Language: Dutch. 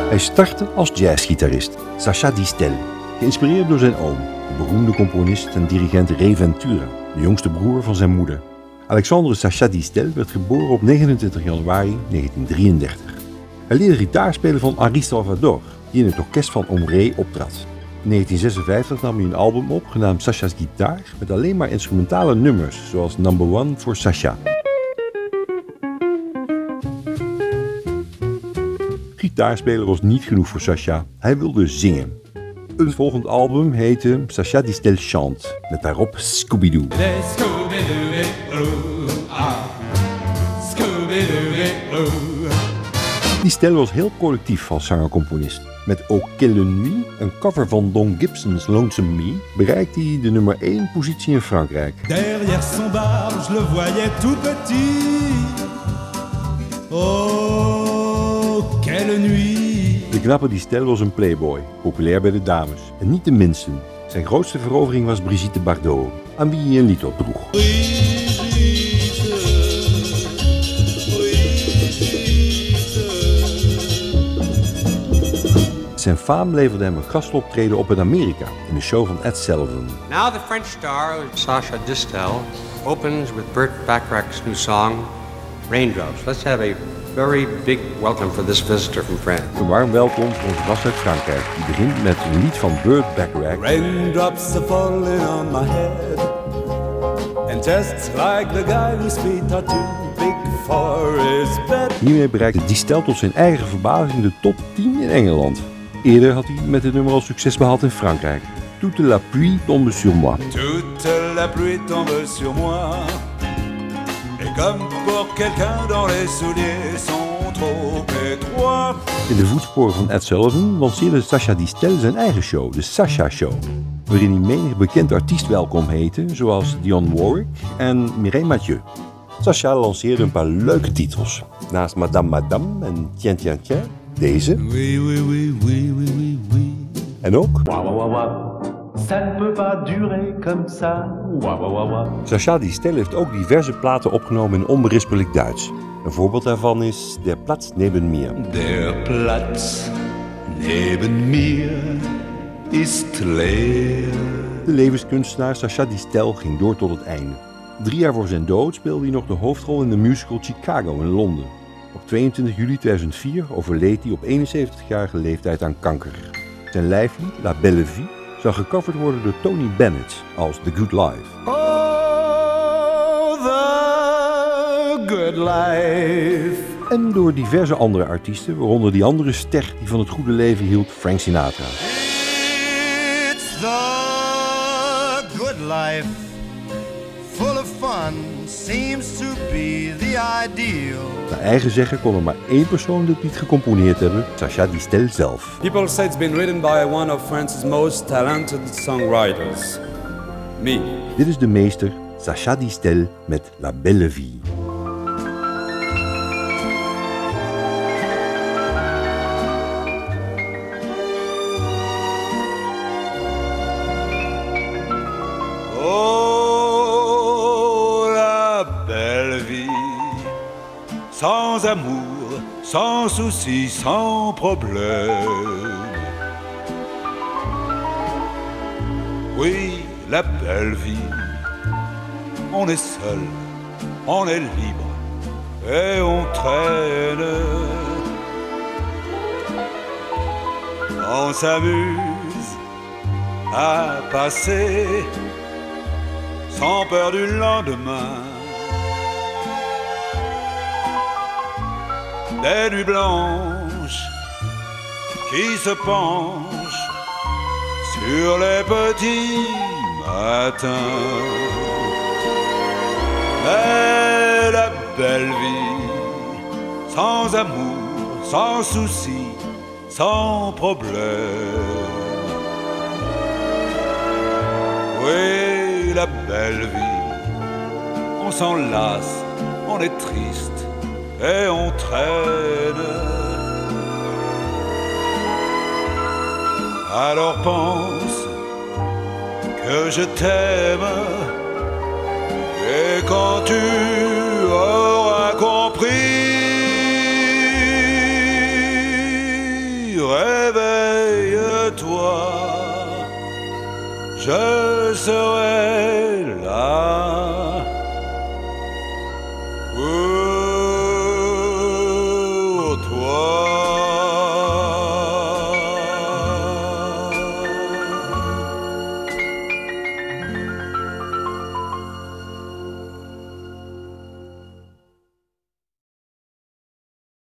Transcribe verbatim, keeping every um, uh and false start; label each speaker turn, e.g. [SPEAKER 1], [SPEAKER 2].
[SPEAKER 1] Hij startte als jazzgitarist, Sacha Distel, geïnspireerd door zijn oom, de beroemde componist en dirigent Ray Ventura, de jongste broer van zijn moeder. Alexandre Sacha Distel werd geboren op negenentwintig januari negentien drieëndertig. Hij leerde gitaar spelen van Henri Salvador, die in het orkest van Oom Ray optrad. In negentien zesenvijftig nam hij een album op genaamd Sacha's Gitaar met alleen maar instrumentale nummers, zoals Number One voor Sacha. Gitaarspelen was niet genoeg voor Sacha, hij wilde zingen. Een volgend album heette Sacha Distel Chante, met daarop Scooby-Doo. Distel was heel productief als zanger-componist. Met O Quelle Nuit, een cover van Don Gibson's Lonesome Me, bereikte hij de nummer één positie in Frankrijk.
[SPEAKER 2] Derrière son bar, je le voyais tout petit. Oh, quelle nuit.
[SPEAKER 1] De knappe Distel was een playboy, populair bij de dames. En niet de minste. Zijn grootste verovering was Brigitte Bardot, aan wie hij een lied opdroeg. Zijn faam leverde hem een gastoptreden op in Amerika, in de show van Ed Sullivan.
[SPEAKER 3] Now the French star, Sacha Distel, opens with Burt Bacharach's new song, Raindrops. Let's have a very big welcome for this visitor from France.
[SPEAKER 1] Een warm welkom voor onze gast uit Frankrijk. Die begint met een lied van Burt Bacharach.
[SPEAKER 2] Raindrops are falling on my head. And just like the guy whose feet are too big for his bed.
[SPEAKER 1] Hiermee bereikte Distel tot zijn eigen verbazing de top tien in Engeland. Eerder had hij met dit nummer al succes behaald in Frankrijk. Toute la pluie tombe sur moi.
[SPEAKER 2] Toute la pluie tombe sur moi. Et comme pour quelqu'un dont les souliers sont trop étroits.
[SPEAKER 1] In de voetsporen van Ed Sullivan lanceerde Sacha Distel zijn eigen show, de Sacha Show, waarin hij menig bekend artiest welkom heette, zoals Dionne Warwick en Mireille Mathieu. Sacha lanceerde een paar leuke titels. Naast Madame Madame en Tiens Tiens Tiens, deze.
[SPEAKER 2] Oui, oui, oui, oui, oui, oui, oui.
[SPEAKER 1] En ook.
[SPEAKER 4] Wa wa wa wa. Ça ne peut pas durer comme ça. Wa wa wa wa.
[SPEAKER 1] Sacha Distel heeft ook diverse platen opgenomen in onberispelijk Duits. Een voorbeeld daarvan is Der Platz neben mir.
[SPEAKER 2] Der Platz neben mir ist leer.
[SPEAKER 1] De levenskunstenaar Sacha Distel ging door tot het einde. Drie jaar voor zijn dood speelde hij nog de hoofdrol in de musical Chicago in Londen. Op tweeëntwintig juli tweeduizend vier overleed hij op eenenzeventigjarige leeftijd aan kanker. Zijn lijflied, La Belle Vie, zou gecoverd worden door Tony Bennett als The Good Life.
[SPEAKER 2] Oh, the good life.
[SPEAKER 1] En door diverse andere artiesten, waaronder die andere ster die van het goede leven hield, Frank Sinatra.
[SPEAKER 5] It's the good life. Full of fun seems to be the ideal.
[SPEAKER 1] Naar eigen zeggen kon er maar één persoon dit lied gecomponeerd hebben, Sacha Distel zelf.
[SPEAKER 6] People say it's been written by one of France's most talented songwriters. Me.
[SPEAKER 1] Dit is de meester, Sacha Distel met La Belle Vie.
[SPEAKER 2] Sans amour, sans souci, sans problème. Oui, la belle vie. On est seul, on est libre et on traîne. On s'amuse à passer sans peur du lendemain. Des nuits blanches qui se penchent sur les petits matins. Mais la belle vie, sans amour, sans souci, sans problème. Oui, la belle vie, on s'en lasse, on est triste. Et on traîne. Alors pense que je t'aime. Et quand tu auras compris, je serai là.